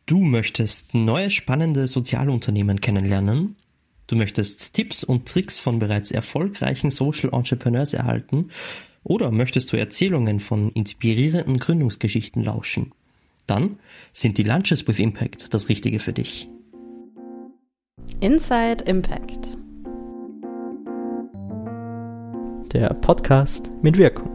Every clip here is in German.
Du möchtest neue spannende Sozialunternehmen kennenlernen? Du möchtest Tipps und Tricks von bereits erfolgreichen Social Entrepreneurs erhalten? Oder möchtest du Erzählungen von inspirierenden Gründungsgeschichten lauschen? Dann sind die Lunches with Impact das Richtige für dich. Inside Impact. Der Podcast mit Wirkung.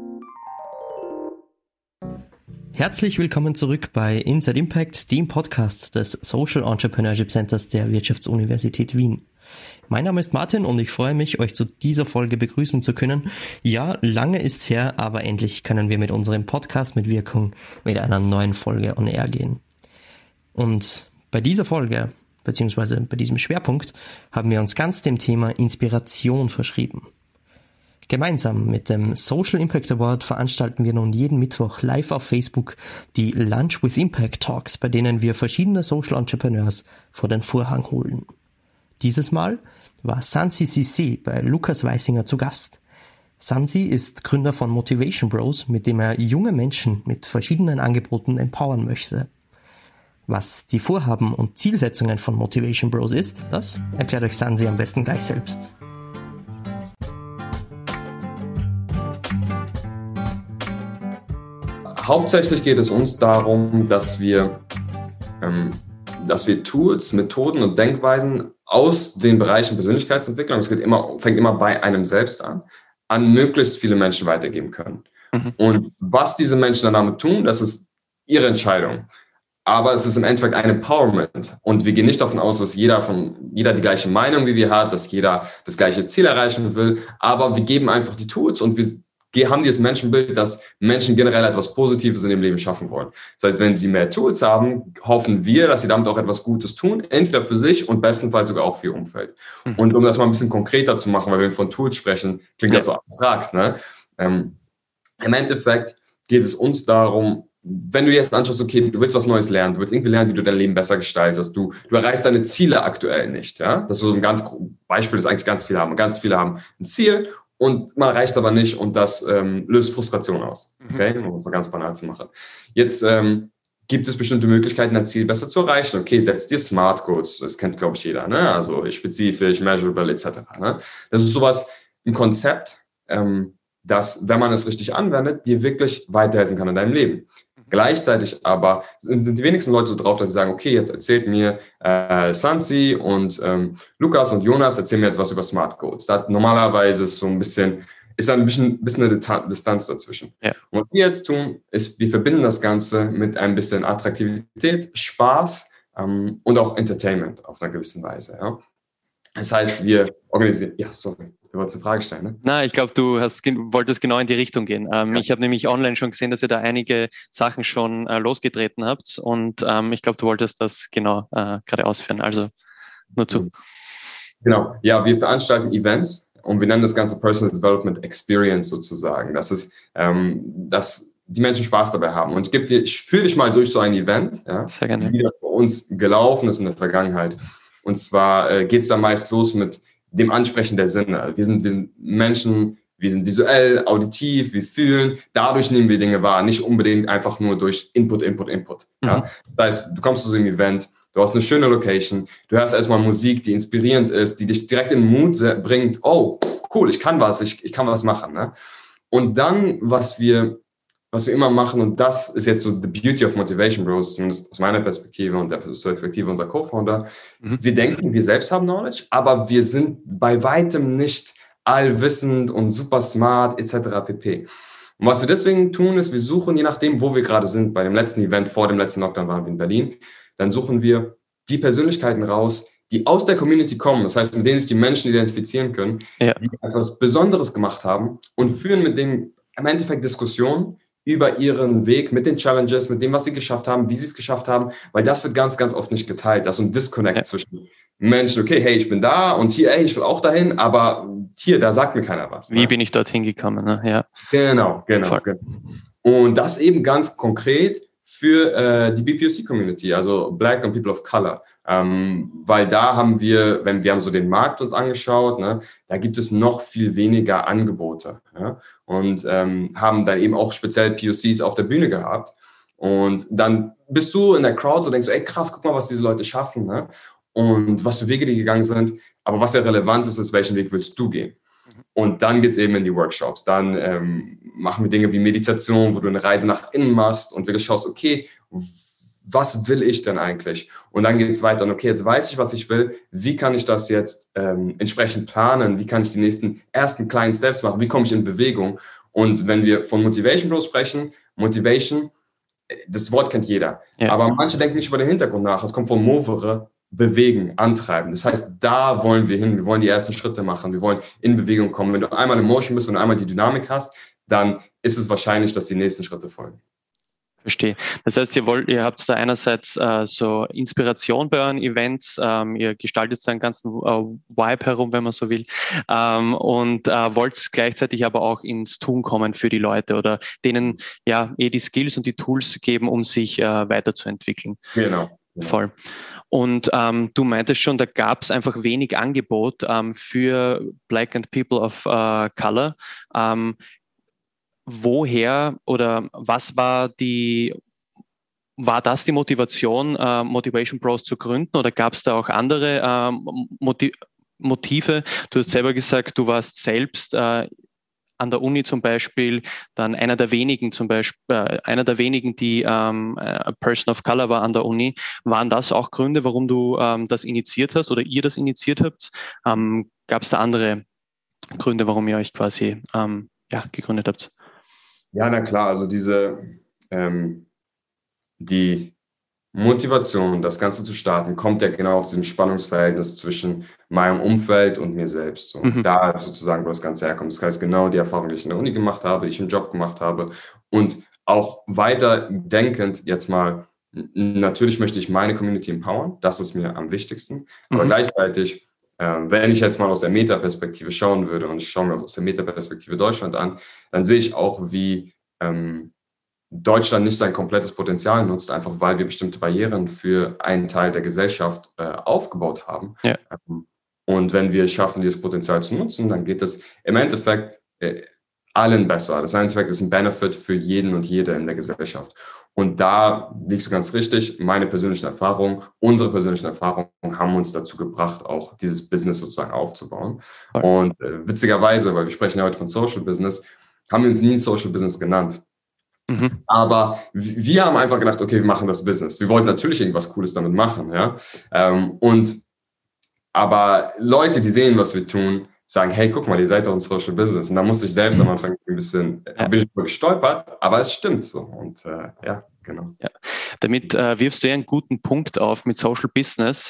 Herzlich willkommen zurück bei Inside Impact, dem Podcast des Social Entrepreneurship Centers der Wirtschaftsuniversität Wien. Mein Name ist Martin und ich freue mich, euch zu dieser Folge begrüßen zu können. Ja, lange ist's her, aber endlich können wir mit unserem Podcast mit Wirkung mit einer neuen Folge on air gehen. Und bei dieser Folge, beziehungsweise bei diesem Schwerpunkt, haben wir uns ganz dem Thema Inspiration verschrieben. Gemeinsam mit dem Social Impact Award veranstalten wir nun jeden Mittwoch live auf Facebook die Lunch with Impact Talks, bei denen wir verschiedene Social Entrepreneurs vor den Vorhang holen. Dieses Mal war Sansi Cissé bei Lukas Weisinger zu Gast. Sansi ist Gründer von Motivation Bros, mit dem er junge Menschen mit verschiedenen Angeboten empowern möchte. Was die Vorhaben und Zielsetzungen von Motivation Bros ist, das erklärt euch Sansi am besten gleich selbst. Hauptsächlich geht es uns darum, dass wir Tools, Methoden und Denkweisen aus den Bereichen Persönlichkeitsentwicklung, fängt immer bei einem selbst an möglichst viele Menschen weitergeben können. Mhm. Und was diese Menschen dann damit tun, das ist ihre Entscheidung. Aber es ist im Endeffekt ein Empowerment. Und wir gehen nicht davon aus, dass jeder die gleiche Meinung wie wir hat, dass jeder das gleiche Ziel erreichen will. Aber wir geben einfach die Tools und wir haben dieses Menschenbild, dass Menschen generell etwas Positives in ihrem Leben schaffen wollen. Das heißt, wenn sie mehr Tools haben, hoffen wir, dass sie damit auch etwas Gutes tun, entweder für sich und bestenfalls sogar auch für ihr Umfeld. Mhm. Und um das mal ein bisschen konkreter zu machen, weil wir von Tools sprechen, klingt das so abstrakt, ne? Im Endeffekt geht es uns darum, wenn du jetzt anschaust, okay, du willst was Neues lernen, du willst irgendwie lernen, wie du dein Leben besser gestaltest, du erreichst deine Ziele aktuell nicht, ja? Das ist so ein ganz Beispiel, das eigentlich ganz viele haben. Ganz viele haben ein Ziel und man erreicht aber nicht und das löst Frustration aus, okay? Um es mal ganz banal zu machen. Jetzt gibt es bestimmte Möglichkeiten, dein Ziel besser zu erreichen. Okay, setz dir Smart Goals, das kennt, glaube ich, jeder, ne? Also spezifisch, measurable etc. Ne? Das ist sowas, ein Konzept, das, wenn man es richtig anwendet, dir wirklich weiterhelfen kann in deinem Leben. Gleichzeitig aber sind die wenigsten Leute so drauf, dass sie sagen, okay, jetzt erzählt mir Sansi und Lukas und Jonas erzählen mir jetzt was über Smart Goals. Normalerweise ist ein bisschen eine Distanz dazwischen. Ja. Und was wir jetzt tun, ist, wir verbinden das Ganze mit ein bisschen Attraktivität, Spaß und auch Entertainment auf einer gewissen Weise. Ja? Das heißt, wir organisieren... Ja, sorry. Du wolltest eine Frage stellen, ne? Nein, ich glaube, du wolltest genau in die Richtung gehen. Ja. Ich habe nämlich online schon gesehen, dass ihr da einige Sachen schon losgetreten habt und ich glaube, du wolltest das genau gerade ausführen. Also nur zu. Genau. Ja, wir veranstalten Events und wir nennen das Ganze Personal Development Experience sozusagen. Das ist, dass die Menschen Spaß dabei haben. Und ich führe dich mal durch so ein Event, ja, sehr gerne, wie das bei uns gelaufen ist in der Vergangenheit. Und zwar geht es da meist los mit dem Ansprechen der Sinne. Wir sind Menschen, wir sind visuell, auditiv, wir fühlen, dadurch nehmen wir Dinge wahr, nicht unbedingt einfach nur durch Input. Ja? Das heißt, du kommst zu so einem Event, du hast eine schöne Location, du hörst erstmal Musik, die inspirierend ist, die dich direkt in den Mut bringt, oh, cool, ich kann was machen. Ne? Und dann, was wir immer machen, und das ist jetzt so the beauty of Motivation Bros, zumindest aus meiner Perspektive und der Perspektive unserer Co-Founder, wir denken, wir selbst haben Knowledge, aber wir sind bei weitem nicht allwissend und super smart etc. pp. Und was wir deswegen tun, ist, wir suchen, je nachdem, wo wir gerade sind, bei dem letzten Event, vor dem letzten Lockdown waren wir in Berlin, dann suchen wir die Persönlichkeiten raus, die aus der Community kommen, das heißt, mit denen sich die Menschen identifizieren können, ja, die etwas Besonderes gemacht haben und führen mit dem im Endeffekt Diskussionen über ihren Weg mit den Challenges, mit dem, was sie geschafft haben, wie sie es geschafft haben, weil das wird ganz, ganz oft nicht geteilt. Das ist so ein Disconnect zwischen Menschen, okay, hey, ich bin da und hier, hey, ich will auch dahin, aber hier, da sagt mir keiner was. Wie bin ich dorthin gekommen? Ne? Ja. Genau. Und das eben ganz konkret für die BPOC-Community, also Black and People of Color. Weil da haben wir haben so den Markt uns angeschaut, ne, da gibt es noch viel weniger Angebote. Ja, und haben dann eben auch speziell POCs auf der Bühne gehabt. Und dann bist du in der Crowd so, denkst du, ey krass, guck mal, was diese Leute schaffen, ne? Und was für Wege die gegangen sind. Aber was ja relevant ist, welchen Weg willst du gehen? Und dann geht's eben in die Workshops. Dann machen wir Dinge wie Meditation, wo du eine Reise nach innen machst und wirklich schaust, okay, was will ich denn eigentlich? Und dann geht's weiter. Und okay, jetzt weiß ich, was ich will. Wie kann ich das jetzt entsprechend planen? Wie kann ich die nächsten ersten kleinen Steps machen? Wie komme ich in Bewegung? Und wenn wir von Motivation Bros sprechen, Motivation, das Wort kennt jeder. Ja. Aber manche denken nicht über den Hintergrund nach. Es kommt von movere, bewegen, antreiben. Das heißt, da wollen wir hin. Wir wollen die ersten Schritte machen. Wir wollen in Bewegung kommen. Wenn du einmal in Motion bist und einmal die Dynamik hast, dann ist es wahrscheinlich, dass die nächsten Schritte folgen. Verstehe. Das heißt, ihr habt da einerseits so Inspiration bei euren Events, ihr gestaltet so einen ganzen Vibe herum, wenn man so will, und wollt gleichzeitig aber auch ins Tun kommen für die Leute oder denen ja die Skills und die Tools geben, um sich weiterzuentwickeln. Genau. Voll. Und du meintest schon, da gab es einfach wenig Angebot für Black and People of Color. Woher oder was war das die Motivation, Motivation Bros zu gründen oder gab es da auch andere Motive? Du hast selber gesagt, du warst selbst an der Uni zum Beispiel dann einer der wenigen, die a Person of Color war an der Uni. Waren das auch Gründe, warum du das initiiert hast oder ihr das initiiert habt? Gab es da andere Gründe, warum ihr euch quasi gegründet habt? Ja, na klar, also die Motivation, das Ganze zu starten, kommt ja genau aus diesem Spannungsverhältnis zwischen meinem Umfeld und mir selbst. So. Da ist sozusagen, wo das Ganze herkommt. Das heißt, genau die Erfahrung, die ich in der Uni gemacht habe, die ich im Job gemacht habe und auch weiter denkend jetzt mal, natürlich möchte ich meine Community empowern, das ist mir am wichtigsten, aber gleichzeitig, wenn ich jetzt mal aus der Metaperspektive schauen würde und ich schaue mir aus der Metaperspektive Deutschland an, dann sehe ich auch, wie Deutschland nicht sein komplettes Potenzial nutzt, einfach weil wir bestimmte Barrieren für einen Teil der Gesellschaft aufgebaut haben. Ja. Und wenn wir schaffen, dieses Potenzial zu nutzen, dann geht es im Endeffekt allen besser. Das Endeffekt ist ein Benefit für jeden und jede in der Gesellschaft. Und da liegst du ganz richtig, meine persönlichen Erfahrungen, unsere persönlichen Erfahrungen haben uns dazu gebracht, auch dieses Business sozusagen aufzubauen. Okay. Und witzigerweise, weil wir sprechen ja heute von Social Business, haben wir uns nie Social Business genannt. Aber wir haben einfach gedacht, okay, wir machen das Business. Wir wollten natürlich irgendwas Cooles damit machen, ja. Aber Leute, die sehen, was wir tun, sagen, hey, guck mal, ihr seid doch ein Social Business. Und da musste ich selbst am Anfang bin ich gestolpert, aber es stimmt so. Und genau. Ja. Damit wirfst du ja einen guten Punkt auf mit Social Business.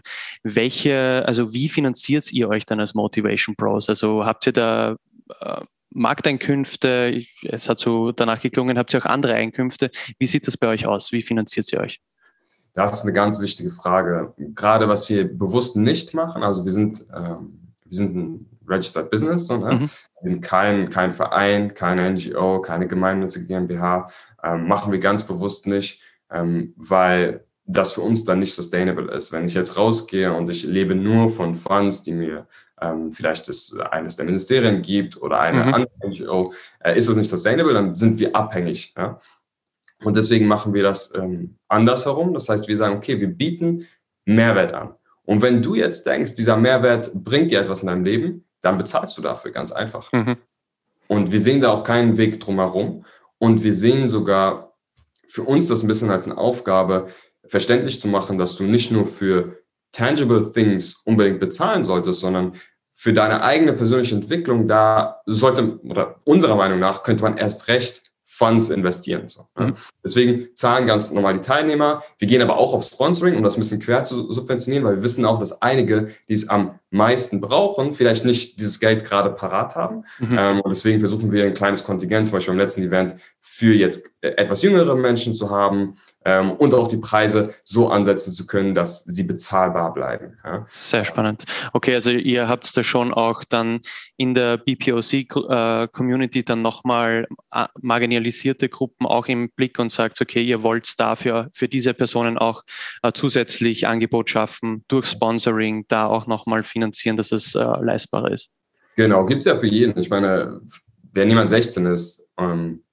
Wie finanziert ihr euch dann als Motivation Bros? Also habt ihr da Markteinkünfte? Es hat so danach geklungen, habt ihr auch andere Einkünfte? Wie sieht das bei euch aus? Wie finanziert ihr euch? Das ist eine ganz wichtige Frage. Gerade was wir bewusst nicht machen, also wir sind ein Registered Business, so, ne? Wir sind kein Verein, keine NGO, keine gemeinnützige GmbH, machen wir ganz bewusst nicht, weil das für uns dann nicht sustainable ist. Wenn ich jetzt rausgehe und ich lebe nur von Funds, die mir vielleicht eines der Ministerien gibt oder eine andere NGO, ist das nicht sustainable, dann sind wir abhängig. Ja? Und deswegen machen wir das andersherum. Das heißt, wir sagen, okay, wir bieten Mehrwert an. Und wenn du jetzt denkst, dieser Mehrwert bringt dir etwas in deinem Leben, dann bezahlst du dafür, ganz einfach. Und wir sehen da auch keinen Weg drumherum. Und wir sehen sogar für uns das ein bisschen als eine Aufgabe, verständlich zu machen, dass du nicht nur für tangible things unbedingt bezahlen solltest, sondern für deine eigene persönliche Entwicklung, da sollte, oder unserer Meinung nach, könnte man erst recht Funds investieren. So, ne? Deswegen zahlen ganz normal die Teilnehmer. Wir gehen aber auch auf Sponsoring, um das ein bisschen quer zu subventionieren, weil wir wissen auch, dass einige, die es am meisten brauchen, vielleicht nicht dieses Geld gerade parat haben. Und deswegen versuchen wir ein kleines Kontingent, zum Beispiel am letzten Event, für jetzt etwas jüngere Menschen zu haben und auch die Preise so ansetzen zu können, dass sie bezahlbar bleiben. Ja? Sehr spannend. Okay, also ihr habt da schon auch dann in der BPOC-Community dann nochmal marginalisierte Gruppen auch im Blick und sagt, okay, ihr wollt dafür für diese Personen auch zusätzlich Angebot schaffen, durch Sponsoring da auch nochmal finanzieren, dass es leistbarer ist. Genau, gibt es ja für jeden. Ich meine, wenn jemand 16 ist,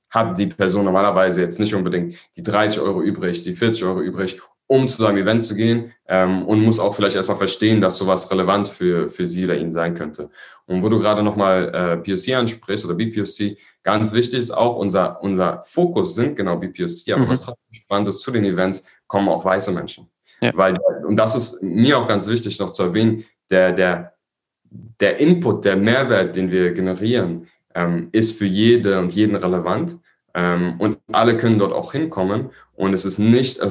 hat die Person normalerweise jetzt nicht unbedingt die 30 Euro übrig, die 40 Euro übrig, um zu seinem Event zu gehen, und muss auch vielleicht erstmal verstehen, dass sowas relevant für sie oder ihn sein könnte. Und wo du gerade nochmal POC ansprichst oder BPOC, ganz wichtig ist auch, unser Fokus sind genau BPOC, aber was trotzdem spannend ist, zu den Events kommen auch weiße Menschen. Ja. Und das ist mir auch ganz wichtig noch zu erwähnen, der Input, der Mehrwert, den wir generieren, ist für jede und jeden relevant, und alle können dort auch hinkommen, und das ist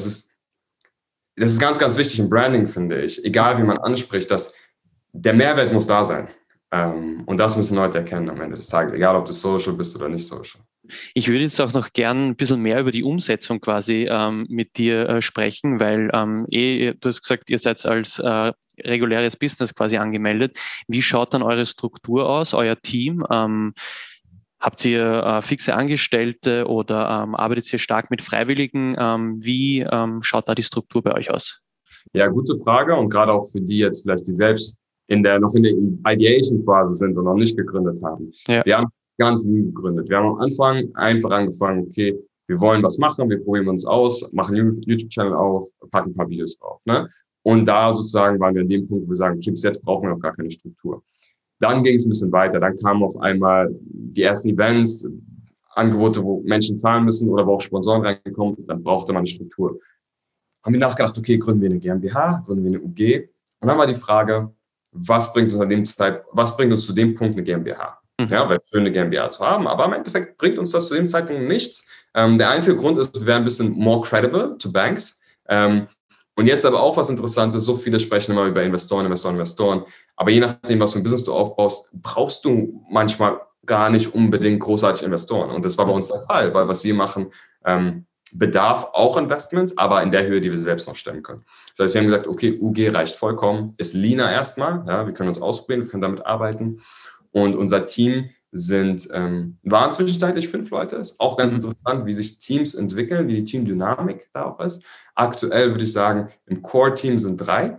ganz, ganz wichtig im Branding, finde ich, egal wie man anspricht, dass der Mehrwert muss da sein. Und das müssen Leute erkennen am Ende des Tages, egal ob du Social bist oder nicht Social. Ich würde jetzt auch noch gern ein bisschen mehr über die Umsetzung quasi mit dir sprechen, weil du hast gesagt, ihr seid als reguläres Business quasi angemeldet. Wie schaut dann eure Struktur aus, euer Team? Habt ihr fixe Angestellte oder arbeitet ihr stark mit Freiwilligen? Wie schaut da die Struktur bei euch aus? Ja, gute Frage, und gerade auch für die jetzt vielleicht, die selbst noch in der Ideation-Phase sind und noch nicht gegründet haben. Ja. Wir haben ganz nie gegründet. Wir haben am Anfang einfach angefangen, okay, wir wollen was machen, wir probieren uns aus, machen einen YouTube-Channel auf, packen ein paar Videos drauf. Ne? Und da sozusagen waren wir an dem Punkt, wo wir sagen, okay, bis jetzt brauchen wir noch gar keine Struktur. Dann ging es ein bisschen weiter. Dann kamen auf einmal die ersten Events, Angebote, wo Menschen zahlen müssen oder wo auch Sponsoren reinkommen. Dann brauchte man eine Struktur. Haben wir nachgedacht, okay, gründen wir eine GmbH, gründen wir eine UG? Und dann war die Frage, was bringt uns zu dem Punkt eine GmbH? Ja, weil es schön, eine GmbH zu haben, aber im Endeffekt bringt uns das zu dem Zeitpunkt nichts. Der einzige Grund ist, wir wären ein bisschen more credible to banks. Und jetzt aber auch was Interessantes, so viele sprechen immer über Investoren. Aber je nachdem, was für ein Business du aufbaust, brauchst du manchmal gar nicht unbedingt großartig Investoren. Und das war bei uns der Fall, weil was wir machen, bedarf auch Investments, aber in der Höhe, die wir selbst noch stemmen können. Das heißt, wir haben gesagt, okay, UG reicht vollkommen, ist leaner erstmal, ja, wir können uns ausprobieren, wir können damit arbeiten. Und unser Team waren zwischenzeitlich 5 Leute. Ist auch ganz interessant, wie sich Teams entwickeln, wie die Teamdynamik da auch ist. Aktuell würde ich sagen, im Core-Team sind 3.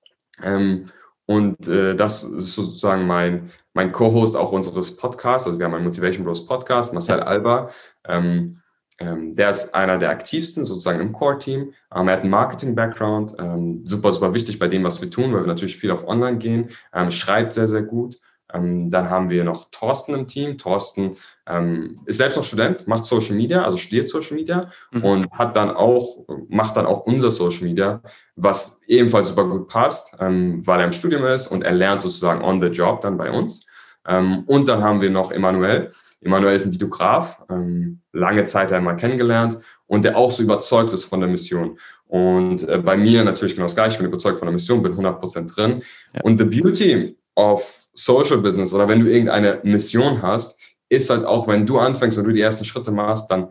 Das ist sozusagen mein Co-Host auch unseres Podcasts. Also wir haben einen Motivation Bros Podcast, Marcel Alba. Der ist einer der aktivsten sozusagen im Core-Team. Er hat einen Marketing-Background, super, super wichtig bei dem, was wir tun, weil wir natürlich viel auf Online gehen, schreibt sehr, sehr gut. Dann haben wir noch Thorsten im Team. Thorsten ist selbst noch Student, macht Social Media, also studiert Social Media und macht dann auch unser Social Media, was ebenfalls super gut passt, weil er im Studium ist und er lernt sozusagen on the job dann bei uns. Und dann haben wir noch Emanuel. Emanuel ist ein Videograf, lange Zeit einmal kennengelernt und der auch so überzeugt ist von der Mission. Und bei mir natürlich genau das Gleiche, ich bin überzeugt von der Mission, bin 100% drin. Ja. Und the beauty of Social Business oder wenn du irgendeine Mission hast, ist halt auch, wenn du anfängst, wenn du die ersten Schritte machst, dann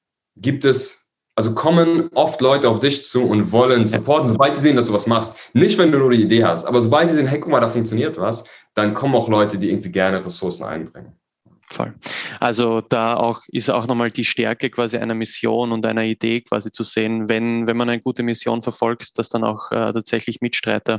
kommen oft Leute auf dich zu und wollen supporten, sobald die sehen, dass du was machst. Nicht, wenn du nur die Idee hast, aber sobald die sehen, hey, guck mal, da funktioniert was, dann kommen auch Leute, die irgendwie gerne Ressourcen einbringen. Voll. Also da ist auch nochmal die Stärke quasi einer Mission und einer Idee quasi zu sehen, wenn man eine gute Mission verfolgt, dass dann auch tatsächlich Mitstreiter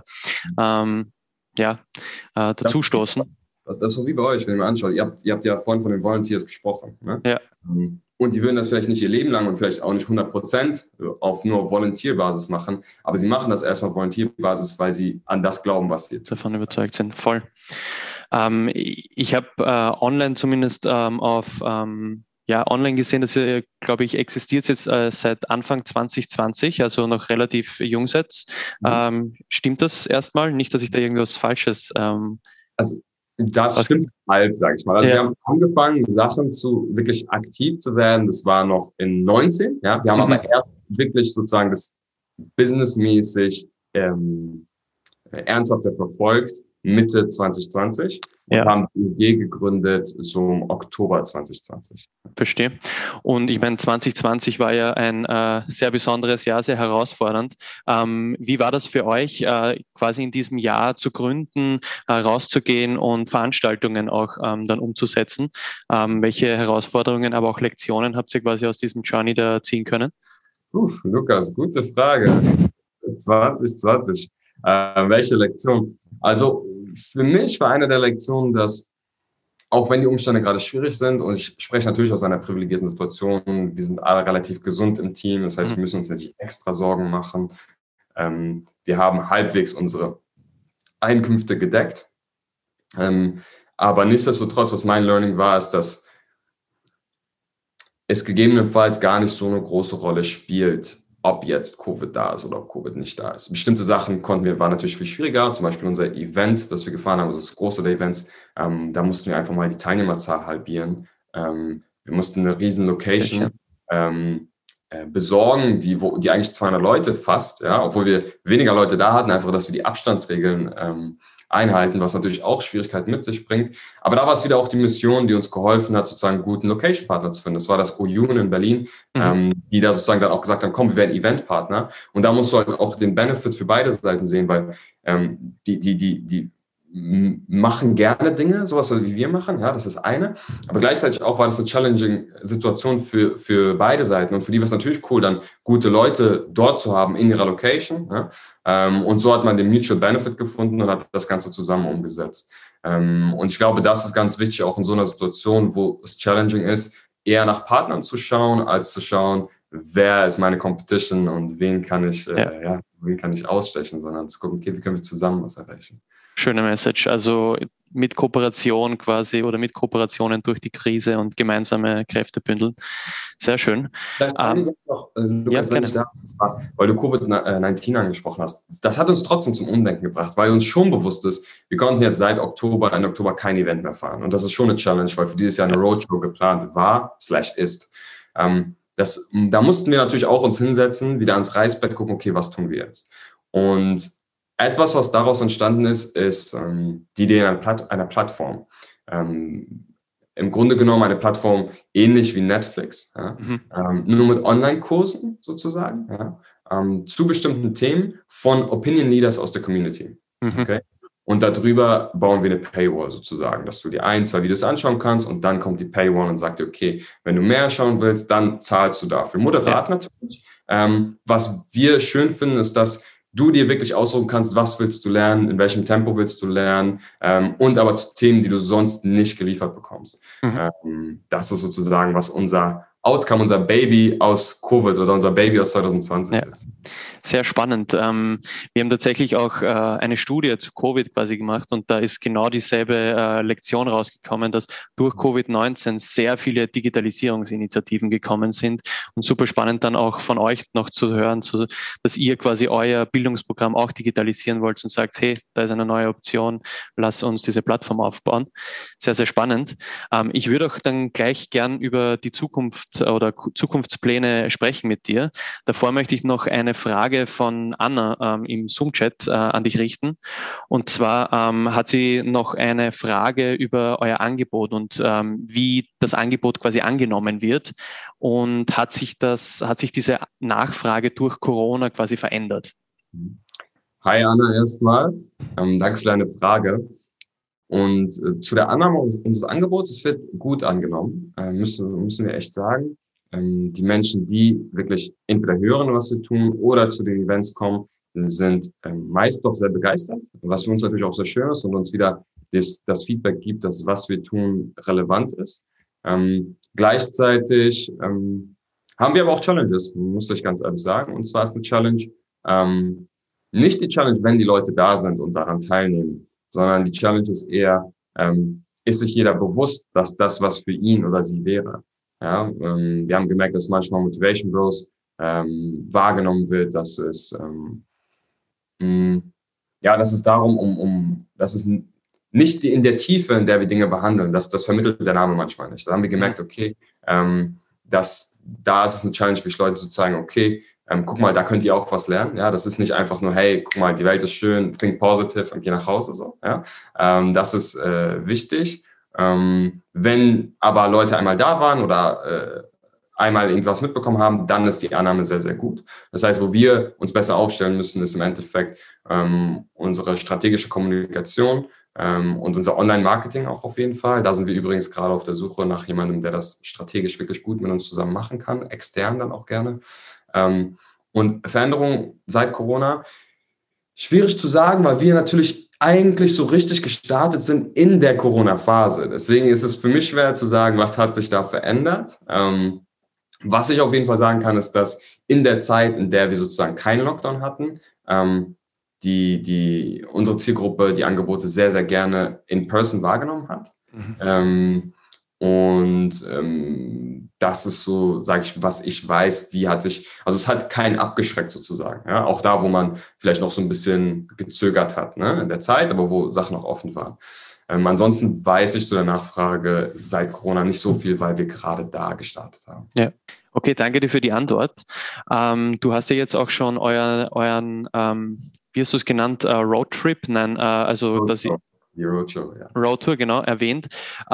dazustoßen. Das ist so wie bei euch, wenn ihr mal anschaut. Ihr habt ja vorhin von den Volunteers gesprochen. Ne? Ja. Und die würden das vielleicht nicht ihr Leben lang und vielleicht auch nicht 100% nur auf Volunteer-Basis machen, aber sie machen das erstmal auf Volunteer-Basis, weil sie an das glauben, was sie tun. Davon überzeugt sind, voll. Ich habe online zumindest online gesehen, dass ihr, glaube ich, existiert jetzt seit Anfang 2020, also noch relativ jung seid. Stimmt das erstmal? Nicht, dass ich da irgendwas Falsches... Also das stimmt halb, sage ich mal. Also wir haben angefangen, Sachen wirklich aktiv zu werden. Das war noch in 19. Ja? Wir haben aber erst wirklich sozusagen das businessmäßig ernsthafter verfolgt Mitte 2020 und haben die Idee gegründet so im Oktober 2020. Verstehe. Und ich meine, 2020 war ja ein sehr besonderes Jahr, sehr herausfordernd. Wie war das für euch, quasi in diesem Jahr zu gründen, rauszugehen und Veranstaltungen auch dann umzusetzen? Welche Herausforderungen, aber auch Lektionen habt ihr quasi aus diesem Journey da ziehen können? Lukas, gute Frage. 2020. Welche Lektion? Also für mich war eine der Lektionen, dass auch wenn die Umstände gerade schwierig sind, und ich spreche natürlich aus einer privilegierten Situation, wir sind alle relativ gesund im Team, das heißt, wir müssen uns jetzt nicht extra Sorgen machen. Wir haben halbwegs unsere Einkünfte gedeckt. Aber nichtsdestotrotz, was mein Learning war, ist, dass es gegebenenfalls gar nicht so eine große Rolle spielt, ob jetzt Covid da ist oder ob Covid nicht da ist. Bestimmte Sachen waren natürlich viel schwieriger, zum Beispiel unser Event, das wir gefahren haben, also das große der Events, da mussten wir einfach mal die Teilnehmerzahl halbieren. Wir mussten eine riesen Location besorgen, die eigentlich 200 Leute fasst, ja, obwohl wir weniger Leute da hatten, einfach, dass wir die Abstandsregeln einhalten, was natürlich auch Schwierigkeiten mit sich bringt. Aber da war es wieder auch die Mission, die uns geholfen hat, sozusagen einen guten Location-Partner zu finden. Das war das OUN in Berlin, die da sozusagen dann auch gesagt haben, komm, wir werden Event-Partner. Und da musst du halt auch den Benefit für beide Seiten sehen, weil die machen gerne Dinge, sowas wie wir machen, ja, das ist eine. Aber gleichzeitig auch war das eine challenging Situation für beide Seiten. Und für die war es natürlich cool, dann gute Leute dort zu haben in ihrer Location. Ja? Und so hat man den Mutual Benefit gefunden und hat das Ganze zusammen umgesetzt. Und ich glaube, das ist ganz wichtig, auch in so einer Situation, wo es challenging ist, eher nach Partnern zu schauen, als zu schauen, wer ist meine Competition und wen kann ich ausstechen, sondern zu gucken, okay, wie können wir zusammen was erreichen. Schöne Message. Also mit Kooperation quasi oder mit Kooperationen durch die Krise und gemeinsame Kräfte bündeln. Sehr schön. Noch, Lukas, wenn ich da war, weil du Covid-19 angesprochen hast, das hat uns trotzdem zum Umdenken gebracht, weil uns schon bewusst ist, wir konnten jetzt seit Ende Oktober kein Event mehr fahren. Und das ist schon eine Challenge, weil für dieses Jahr eine Roadshow geplant war/ist. Da mussten wir natürlich auch uns hinsetzen, wieder ans Reißbrett gucken, okay, was tun wir jetzt? Und etwas, was daraus entstanden ist die Idee einer Plattform. Im Grunde genommen eine Plattform ähnlich wie Netflix, ja? Nur mit Online-Kursen sozusagen, ja? Zu bestimmten Themen von Opinion Leaders aus der Community. Okay? Und darüber bauen wir eine Paywall sozusagen, dass du dir 1, 2 Videos anschauen kannst und dann kommt die Paywall und sagt dir, okay, wenn du mehr schauen willst, dann zahlst du dafür. Moderat natürlich. Was wir schön finden, ist, dass du dir wirklich aussuchen kannst, was willst du lernen, in welchem Tempo willst du lernen und aber zu Themen, die du sonst nicht geliefert bekommst. Das ist sozusagen, was unser Outcome, unser Baby aus Covid oder unser Baby aus 2020 ist. Sehr spannend. Wir haben tatsächlich auch eine Studie zu Covid quasi gemacht und da ist genau dieselbe Lektion rausgekommen, dass durch Covid-19 sehr viele Digitalisierungsinitiativen gekommen sind und super spannend dann auch von euch noch zu hören, dass ihr quasi euer Bildungsprogramm auch digitalisieren wollt und sagt, hey, da ist eine neue Option, lass uns diese Plattform aufbauen. Sehr, sehr spannend. Ich würde auch dann gleich gern über die Zukunft oder Zukunftspläne sprechen mit dir. Davor möchte ich noch eine Frage von Anna im Zoom-Chat an dich richten. Und zwar hat sie noch eine Frage über euer Angebot und wie das Angebot quasi angenommen wird. Und hat sich diese Nachfrage durch Corona quasi verändert? Hi Anna erstmal. Danke für deine Frage. Und zu der Annahme unseres Angebots, es wird gut angenommen, müssen wir echt sagen. Die Menschen, die wirklich entweder hören, was wir tun, oder zu den Events kommen, sind meist doch sehr begeistert, was für uns natürlich auch sehr schön ist und uns wieder das Feedback gibt, dass was wir tun relevant ist. Gleichzeitig haben wir aber auch Challenges, muss ich ganz ehrlich sagen. Und zwar ist eine Challenge nicht die Challenge, wenn die Leute da sind und daran teilnehmen, sondern die Challenge ist eher, ist sich jeder bewusst, dass das was für ihn oder sie wäre. Ja, wir haben gemerkt, dass manchmal Motivation Bros wahrgenommen wird, dass es dass es nicht in der Tiefe, in der wir Dinge behandeln, das vermittelt der Name manchmal nicht. Da haben wir gemerkt, okay, da ist es eine Challenge für Leute zu zeigen, okay, guck mal, da könnt ihr auch was lernen. Ja, das ist nicht einfach nur, hey, guck mal, die Welt ist schön, think positive und geh nach Hause. So, ja, das ist wichtig. Wenn aber Leute einmal da waren oder einmal irgendwas mitbekommen haben, dann ist die Annahme sehr, sehr gut. Das heißt, wo wir uns besser aufstellen müssen, ist im Endeffekt unsere strategische Kommunikation und unser Online-Marketing auch auf jeden Fall. Da sind wir übrigens gerade auf der Suche nach jemandem, der das strategisch wirklich gut mit uns zusammen machen kann, extern dann auch gerne. Und Veränderungen seit Corona, schwierig zu sagen, weil wir natürlich eigentlich so richtig gestartet sind in der Corona-Phase. Deswegen ist es für mich schwer zu sagen, was hat sich da verändert. Was ich auf jeden Fall sagen kann, ist, dass in der Zeit, in der wir sozusagen keinen Lockdown hatten, unsere Zielgruppe die Angebote sehr, sehr gerne in person wahrgenommen hat. Das ist so, sage ich, was ich weiß, also es hat keinen abgeschreckt sozusagen. Ja? Auch da, wo man vielleicht noch so ein bisschen gezögert hat, ne, in der Zeit, aber wo Sachen noch offen waren. Ansonsten weiß ich zu der Nachfrage seit Corona nicht so viel, weil wir gerade da gestartet haben. Ja, okay, danke dir für die Antwort. Du hast ja jetzt auch schon euren wie hast du es genannt, Roadtrip? Nein, Die Roadshow, ja. Roadtour, genau, erwähnt.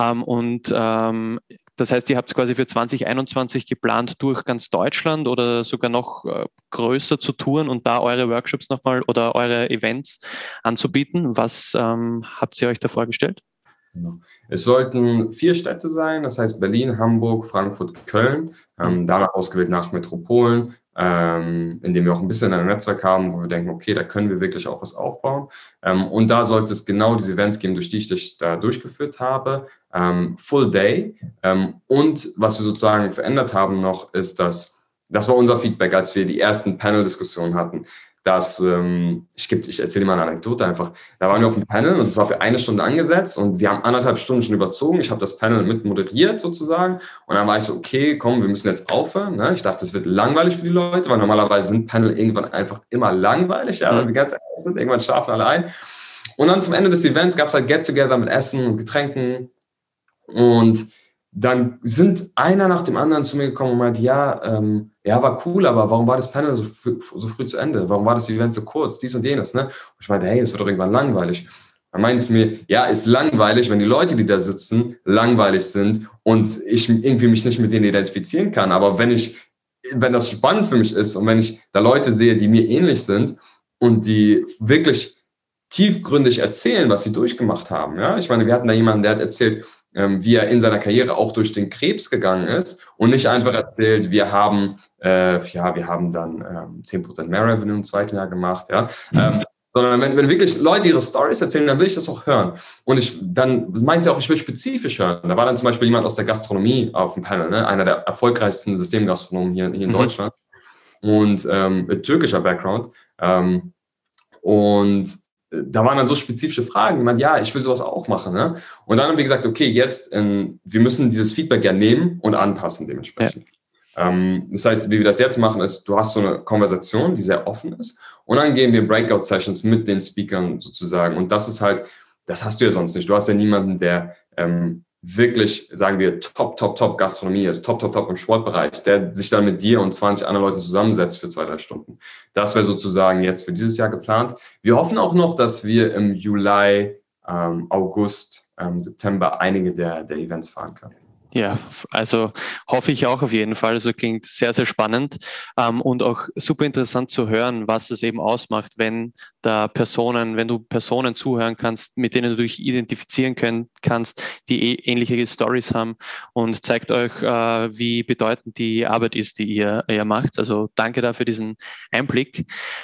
Das heißt, ihr habt es quasi für 2021 geplant, durch ganz Deutschland oder sogar noch größer zu touren und da eure Workshops nochmal oder eure Events anzubieten. Was habt ihr euch da vorgestellt? Genau. Es sollten 4 Städte sein, das heißt Berlin, Hamburg, Frankfurt, Köln, danach ausgewählt nach Metropolen, indem wir auch ein bisschen ein Netzwerk haben, wo wir denken, okay, da können wir wirklich auch was aufbauen. Und da sollte es genau diese Events geben, durch die ich dich da durchgeführt habe, Full Day. Und was wir sozusagen verändert haben noch, ist, das war unser Feedback, als wir die ersten Panel-Diskussionen hatten. Ich erzähle dir mal eine Anekdote einfach. Da waren wir auf dem Panel und das war für 1 Stunde angesetzt und wir haben 1,5 Stunden schon überzogen. Ich habe das Panel mit moderiert sozusagen und dann war ich so, okay, komm, wir müssen jetzt aufhören. Ne? Ich dachte, das wird langweilig für die Leute, weil normalerweise sind Panel irgendwann einfach immer langweilig, ja, weil wir ganz ehrlich sind, irgendwann schlafen alle ein. Und dann zum Ende des Events gab es halt Get-Together mit Essen und Getränken und dann sind einer nach dem anderen zu mir gekommen und meinte, ja, war cool, aber warum war das Panel so früh zu Ende? Warum war das Event so kurz? Dies und jenes, ne? Und ich meinte, hey, das wird doch irgendwann langweilig. Dann meinte es mir, ja, ist langweilig, wenn die Leute, die da sitzen, langweilig sind und ich irgendwie mich nicht mit denen identifizieren kann. Aber wenn das spannend für mich ist und wenn ich da Leute sehe, die mir ähnlich sind und die wirklich tiefgründig erzählen, was sie durchgemacht haben, ja? Ich meine, wir hatten da jemanden, der hat erzählt, wie er in seiner Karriere auch durch den Krebs gegangen ist und nicht einfach erzählt, wir haben dann 10% mehr Revenue im 2. Jahr gemacht, ja. Sondern wenn wirklich Leute ihre Stories erzählen, dann will ich das auch hören. Und dann meinte er auch, ich will spezifisch hören. Da war dann zum Beispiel jemand aus der Gastronomie auf dem Panel, ne? Einer der erfolgreichsten Systemgastronomen hier in Deutschland und mit türkischer Background. Da waren dann so spezifische Fragen, die man, ja, ich will sowas auch machen. Ne? Und dann haben wir gesagt, okay, jetzt, wir müssen dieses Feedback ja nehmen und anpassen dementsprechend. Ja. Das heißt, wie wir das jetzt machen, ist, du hast so eine Konversation, die sehr offen ist und dann gehen wir Breakout-Sessions mit den Speakern sozusagen. Und das ist halt, das hast du ja sonst nicht. Du hast ja niemanden, der wirklich, sagen wir, top Gastronomie ist, top im Sportbereich, der sich dann mit dir und 20 anderen Leuten zusammensetzt für 2-3 Stunden. Das wäre sozusagen jetzt für dieses Jahr geplant. Wir hoffen auch noch, dass wir im Juli, August, September einige der Events fahren können. Ja, also hoffe ich auch auf jeden Fall. Also klingt sehr, sehr spannend und auch super interessant zu hören, was es eben ausmacht, wenn du Personen zuhören kannst, mit denen du dich identifizieren kannst, die ähnliche Stories haben und zeigt euch, wie bedeutend die Arbeit ist, die ihr macht. Also danke dafür diesen Einblick.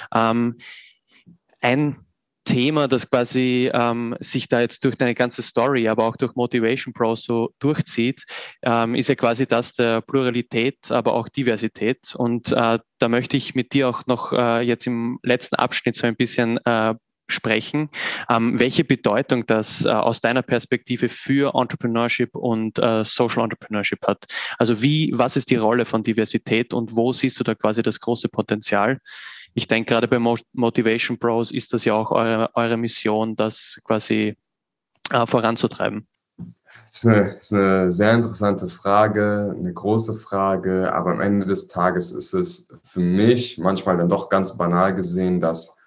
Ein Thema, das quasi sich da jetzt durch deine ganze Story, aber auch durch Motivation Pro so durchzieht, ist ja quasi das der Pluralität, aber auch Diversität. Und da möchte ich mit dir auch noch jetzt im letzten Abschnitt so ein bisschen sprechen, welche Bedeutung das aus deiner Perspektive für Entrepreneurship und Social Entrepreneurship hat. Also was ist die Rolle von Diversität und wo siehst du da quasi das große Potenzial? Ich denke, gerade bei Motivation Pros ist das ja auch eure Mission, das quasi voranzutreiben. Das ist eine sehr interessante Frage, eine große Frage, aber am Ende des Tages ist es für mich manchmal dann doch ganz banal gesehen, dass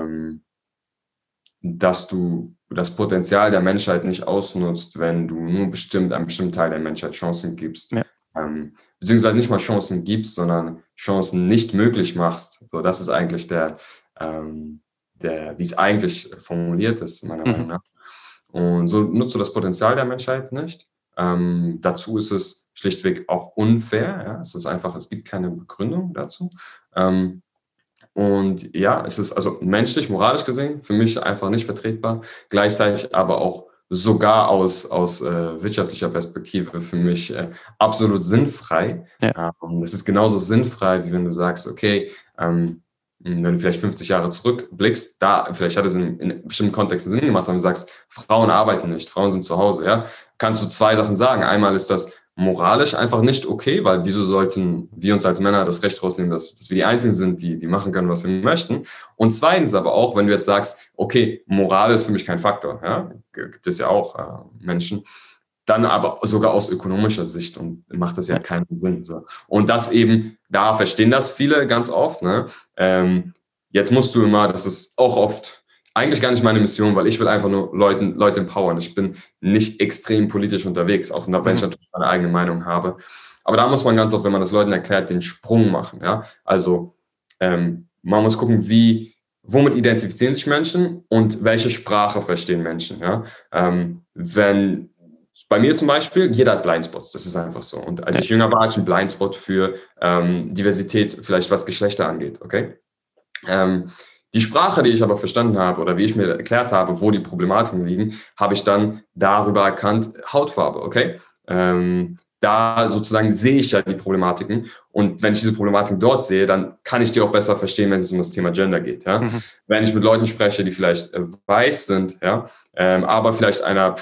du das Potenzial der Menschheit nicht ausnutzt, wenn du nur einem bestimmten Teil der Menschheit Chancen gibst. Ja. Beziehungsweise nicht mal Chancen gibst, sondern Chancen nicht möglich machst. So, das ist eigentlich wie es eigentlich formuliert ist, meiner Meinung nach. Und so nutzt du das Potenzial der Menschheit nicht. Dazu ist es schlichtweg auch unfair. Ja? Es gibt keine Begründung dazu. Und ja, es ist also menschlich, moralisch gesehen für mich einfach nicht vertretbar. Gleichzeitig aber auch sogar aus wirtschaftlicher Perspektive für mich absolut sinnfrei. Ja. Es ist genauso sinnfrei, wie wenn du sagst, okay, wenn du vielleicht 50 Jahre zurückblickst, vielleicht hat es in bestimmten Kontexten Sinn gemacht, wenn du sagst, Frauen arbeiten nicht, Frauen sind zu Hause, ja, kannst du zwei Sachen sagen. Einmal ist das moralisch einfach nicht okay, weil wieso sollten wir uns als Männer das Recht rausnehmen, dass wir die Einzigen sind, die machen können, was wir möchten. Und zweitens aber auch, wenn du jetzt sagst, okay, Moral ist für mich kein Faktor, ja, gibt es ja auch Menschen, dann aber sogar aus ökonomischer Sicht und macht das ja keinen Sinn. So. Und das eben, da verstehen das viele ganz oft. Ne? Jetzt musst du immer, das ist auch oft eigentlich gar nicht meine Mission, weil ich will einfach nur Leute empowern. Ich bin nicht extrem politisch unterwegs, auch wenn ich natürlich meine eigene Meinung habe. Aber da muss man ganz oft, wenn man das Leuten erklärt, den Sprung machen. Ja? Also man muss gucken, womit identifizieren sich Menschen und welche Sprache verstehen Menschen. Ja? Bei mir zum Beispiel, jeder hat Blindspots, das ist einfach so. Und als ich jünger war, hatte ich einen Blindspot für Diversität, vielleicht was Geschlechter angeht, okay? Die Sprache, die ich aber verstanden habe oder wie ich mir erklärt habe, wo die Problematiken liegen, habe ich dann darüber erkannt, Hautfarbe, okay? Da sozusagen sehe ich ja die Problematiken und wenn ich diese Problematiken dort sehe, dann kann ich die auch besser verstehen, wenn es um das Thema Gender geht. Ja? Wenn ich mit Leuten spreche, die vielleicht weiß sind, ja, aber vielleicht einer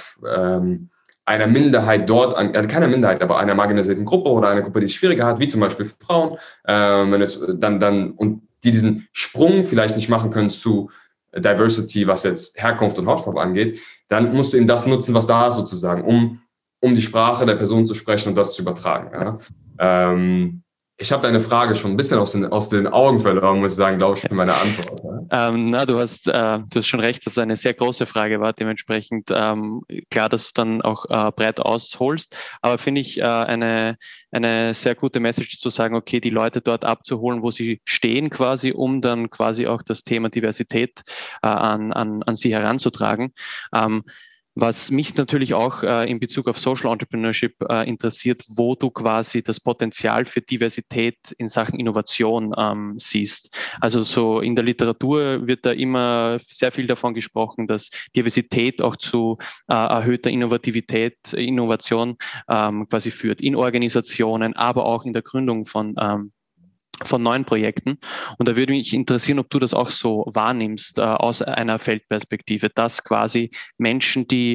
Minderheit dort, keiner Minderheit, aber einer marginalisierten Gruppe oder einer Gruppe, die es schwieriger hat, wie zum Beispiel Frauen, wenn es und die diesen Sprung vielleicht nicht machen können zu Diversity, was jetzt Herkunft und Hautfarbe angeht, dann musst du eben das nutzen, was da ist sozusagen, um die Sprache der Person zu sprechen und das zu übertragen. Ja? Ich habe deine Frage schon ein bisschen aus den Augen verloren, muss ich sagen, glaube ich, für meine Antwort. Ja? Du hast schon recht, dass es eine sehr große Frage war, dementsprechend klar, dass du dann auch breit ausholst, aber finde ich eine sehr gute Message zu sagen, okay, die Leute dort abzuholen, wo sie stehen quasi, um dann quasi auch das Thema Diversität an sie heranzutragen. Was mich natürlich auch in Bezug auf Social Entrepreneurship interessiert, wo du quasi das Potenzial für Diversität in Sachen Innovation siehst. Also so in der Literatur wird da immer sehr viel davon gesprochen, dass Diversität auch zu erhöhter Innovation quasi führt in Organisationen, aber auch in der Gründung von neuen Projekten. Und da würde mich interessieren, ob du das auch so wahrnimmst aus einer Feldperspektive, dass quasi Menschen, die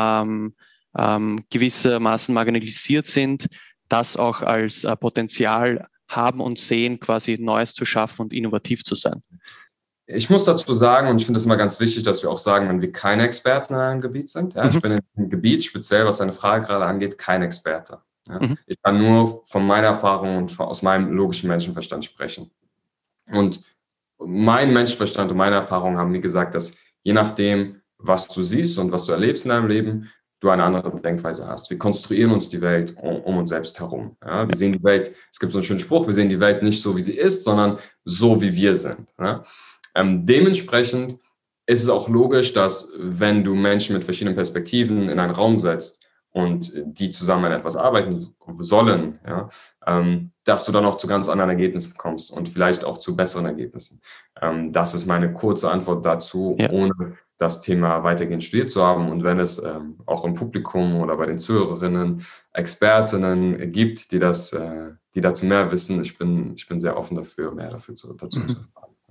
gewissermaßen marginalisiert sind, das auch als Potenzial haben und sehen, quasi Neues zu schaffen und innovativ zu sein. Ich muss dazu sagen, und ich finde es immer ganz wichtig, dass wir auch sagen, wenn wir keine Experten in einem Gebiet sind. Ja, ich bin in einem Gebiet, speziell was deine Frage gerade angeht, kein Experte. Ja. Ich kann nur von meiner Erfahrung und aus meinem logischen Menschenverstand sprechen. Und mein Menschenverstand und meine Erfahrung haben mir gesagt, dass je nachdem, was du siehst und was du erlebst in deinem Leben, du eine andere Denkweise hast. Wir konstruieren uns die Welt um uns selbst herum. Ja, wir sehen die Welt, es gibt so einen schönen Spruch, wir sehen die Welt nicht so, wie sie ist, sondern so, wie wir sind. Ja. Dementsprechend ist es auch logisch, dass wenn du Menschen mit verschiedenen Perspektiven in einen Raum setzt und die zusammen an etwas arbeiten sollen, ja, dass du dann auch zu ganz anderen Ergebnissen kommst und vielleicht auch zu besseren Ergebnissen. Das ist meine kurze Antwort dazu, ohne das Thema weitergehend studiert zu haben. Und wenn es auch im Publikum oder bei den Zuhörerinnen Expertinnen gibt, die dazu mehr wissen, ich bin sehr offen dafür, mehr dazu zu erfahren.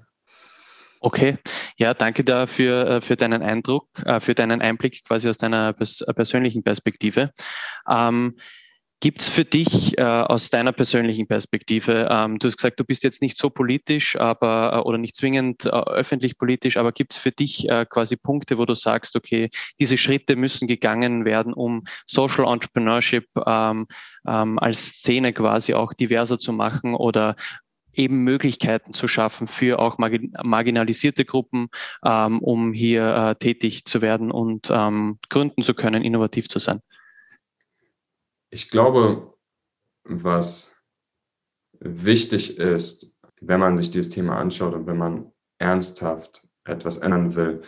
Okay, ja, danke dafür für deinen Eindruck, für deinen Einblick quasi aus deiner persönlichen Perspektive. Gibt es für dich aus deiner persönlichen Perspektive, du hast gesagt, du bist jetzt nicht so politisch, oder nicht zwingend öffentlich politisch, aber gibt es für dich quasi Punkte, wo du sagst, okay, diese Schritte müssen gegangen werden, um Social Entrepreneurship als Szene quasi auch diverser zu machen oder eben Möglichkeiten zu schaffen für auch marginalisierte Gruppen, um hier tätig zu werden und gründen zu können, innovativ zu sein? Ich glaube, was wichtig ist, wenn man sich dieses Thema anschaut und wenn man ernsthaft etwas ändern will,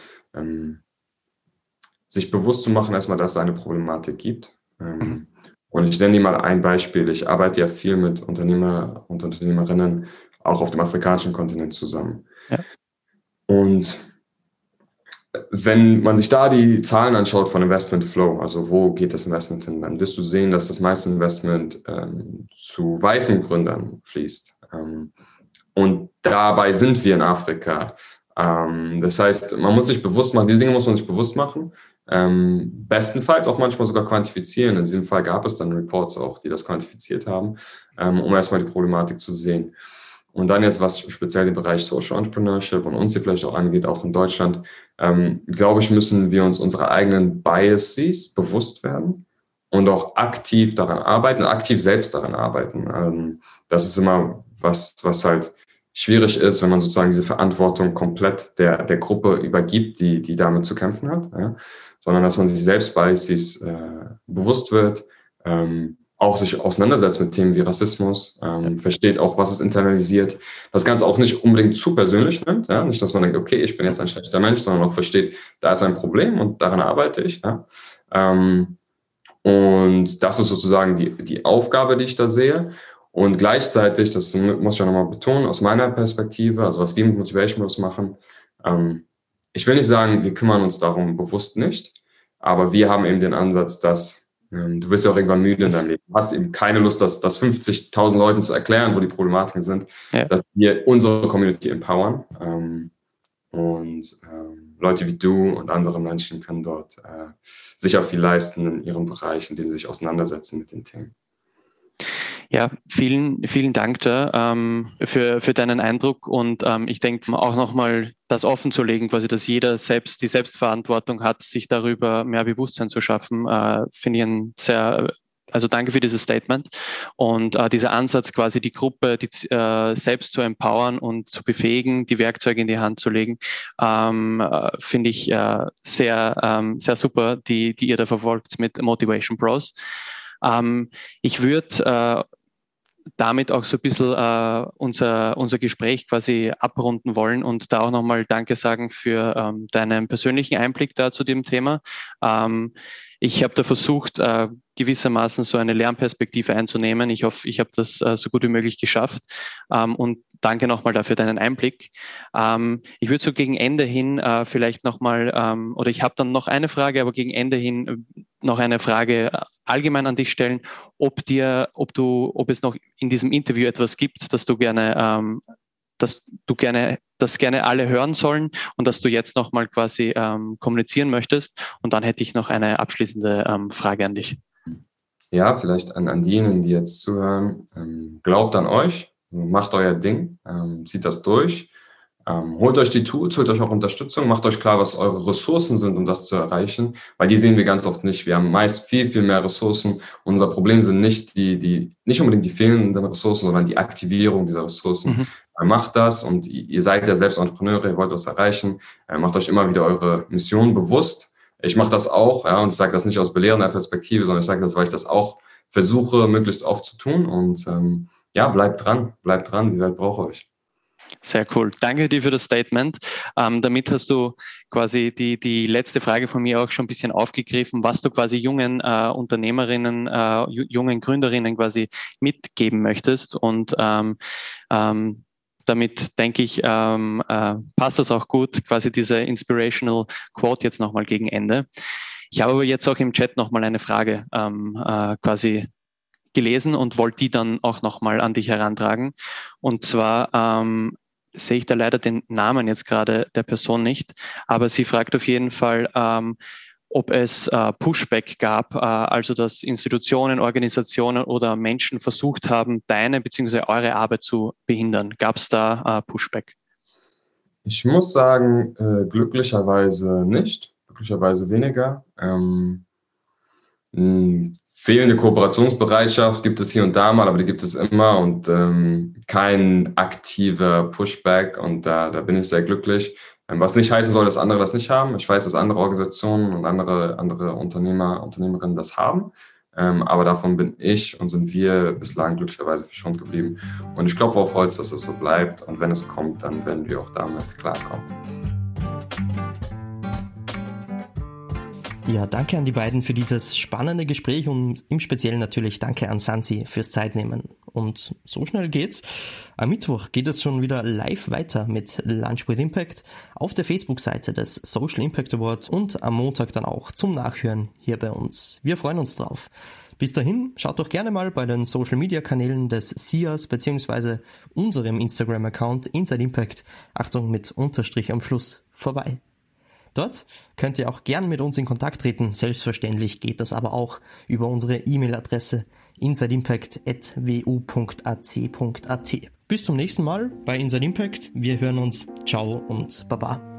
sich bewusst zu machen, erstmal, dass es eine Problematik gibt. Und ich nenne dir mal ein Beispiel. Ich arbeite ja viel mit Unternehmer und Unternehmerinnen auch auf dem afrikanischen Kontinent zusammen. Ja. Und wenn man sich da die Zahlen anschaut von Investment Flow, also wo geht das Investment hin, dann wirst du sehen, dass das meiste Investment zu weißen Gründern fließt. Und dabei sind wir in Afrika. Das heißt, man muss sich bewusst machen, diese Dinge muss man sich bewusst machen. Bestenfalls auch manchmal sogar quantifizieren. In diesem Fall gab es dann Reports auch, die das quantifiziert haben, um erstmal die Problematik zu sehen. Und dann jetzt, was speziell den Bereich Social Entrepreneurship und uns hier vielleicht auch angeht, auch in Deutschland, glaube ich, müssen wir uns unserer eigenen Biases bewusst werden und auch aktiv daran arbeiten, aktiv selbst daran arbeiten. Das ist immer was halt schwierig ist, wenn man sozusagen diese Verantwortung komplett der Gruppe übergibt, die damit zu kämpfen hat, ja? Sondern dass man sich selbst Biases bewusst wird, auch sich auseinandersetzt mit Themen wie Rassismus, versteht auch, was es internalisiert, das Ganze auch nicht unbedingt zu persönlich nimmt, ja? Nicht, dass man denkt, okay, ich bin jetzt ein schlechter Mensch, sondern auch versteht, da ist ein Problem und daran arbeite ich. Ja? Und das ist sozusagen die Aufgabe, die ich da sehe. Und gleichzeitig, das muss ich auch nochmal betonen, aus meiner Perspektive, also was wir mit Motivation Bros machen, ich will nicht sagen, wir kümmern uns darum bewusst nicht, aber wir haben eben den Ansatz, dass du wirst ja auch irgendwann müde in deinem Leben. Du hast eben keine Lust, das 50.000 Leuten zu erklären, wo die Problematiken sind, dass wir unsere Community empowern. Leute wie du und andere Menschen können dort sicher viel leisten in ihrem Bereich, in dem sie sich auseinandersetzen mit den Themen. Ja, vielen Dank da für deinen Eindruck und ich denke auch nochmal das offen zu legen, quasi, dass jeder selbst die Selbstverantwortung hat, sich darüber mehr Bewusstsein zu schaffen, finde ich also danke für dieses Statement und dieser Ansatz quasi die Gruppe selbst zu empowern und zu befähigen, die Werkzeuge in die Hand zu legen, finde ich sehr super, die ihr da verfolgt mit Motivation Bros. Ich würde damit auch so ein bisschen unser Gespräch quasi abrunden wollen und da auch nochmal Danke sagen für deinen persönlichen Einblick da zu dem Thema. Ich habe da versucht, gewissermaßen so eine Lernperspektive einzunehmen. Ich hoffe, ich habe das so gut wie möglich geschafft und danke nochmal dafür deinen Einblick. Ich würde so gegen Ende hin vielleicht nochmal, oder ich habe dann noch eine Frage, aber gegen Ende hin noch eine Frage allgemein an dich stellen, ob es noch in diesem Interview etwas gibt, das gerne alle hören sollen und dass du jetzt nochmal quasi kommunizieren möchtest. Und dann hätte ich noch eine abschließende Frage an dich. Ja, vielleicht an diejenigen, die jetzt zuhören. Glaubt an euch, macht euer Ding, zieht das durch. Holt euch die Tools, holt euch auch Unterstützung, macht euch klar, was eure Ressourcen sind, um das zu erreichen, weil die sehen wir ganz oft nicht. Wir haben meist viel, viel mehr Ressourcen. Unser Problem sind nicht nicht unbedingt die fehlenden Ressourcen, sondern die Aktivierung dieser Ressourcen. Macht das und ihr seid ja selbst Entrepreneure, ihr wollt was erreichen. Macht euch immer wieder eure Mission bewusst. Ich mache das auch, ja, und ich sage das nicht aus belehrender Perspektive, sondern ich sage das, weil ich das auch versuche, möglichst oft zu tun. Und bleibt dran, die Welt braucht euch. Sehr cool. Danke dir für das Statement. Damit hast du quasi die letzte Frage von mir auch schon ein bisschen aufgegriffen, was du quasi jungen Unternehmerinnen, jungen Gründerinnen quasi mitgeben möchtest. Und damit denke ich, passt das auch gut, quasi diese Inspirational Quote jetzt nochmal gegen Ende. Ich habe aber jetzt auch im Chat nochmal eine Frage quasi gelesen und wollte die dann auch nochmal an dich herantragen. Und zwar sehe ich da leider den Namen jetzt gerade der Person nicht, aber sie fragt auf jeden Fall, ob es Pushback gab, also dass Institutionen, Organisationen oder Menschen versucht haben, deine bzw. eure Arbeit zu behindern. Gab es da Pushback? Ich muss sagen, glücklicherweise nicht, glücklicherweise weniger. Fehlende Kooperationsbereitschaft gibt es hier und da mal, aber die gibt es immer und kein aktiver Pushback und da bin ich sehr glücklich. Was nicht heißen soll, dass andere das nicht haben. Ich weiß, dass andere Organisationen und andere Unternehmerinnen das haben, aber davon bin ich und sind wir bislang glücklicherweise verschont geblieben. Und ich klopfe auf Holz, dass es so bleibt und wenn es kommt, dann werden wir auch damit klarkommen. Ja, danke an die beiden für dieses spannende Gespräch und im Speziellen natürlich danke an Sansi fürs Zeitnehmen. Und so schnell geht's. Am Mittwoch geht es schon wieder live weiter mit Lunch with Impact auf der Facebook-Seite des Social Impact Award und am Montag dann auch zum Nachhören hier bei uns. Wir freuen uns drauf. Bis dahin, schaut doch gerne mal bei den Social-Media-Kanälen des SIAS bzw. unserem Instagram-Account Inside Impact, Achtung mit Unterstrich am Schluss, vorbei. Dort könnt ihr auch gern mit uns in Kontakt treten. Selbstverständlich geht das aber auch über unsere E-Mail-Adresse insideimpact@wu.ac.at. Bis zum nächsten Mal bei Inside Impact. Wir hören uns. Ciao und Baba.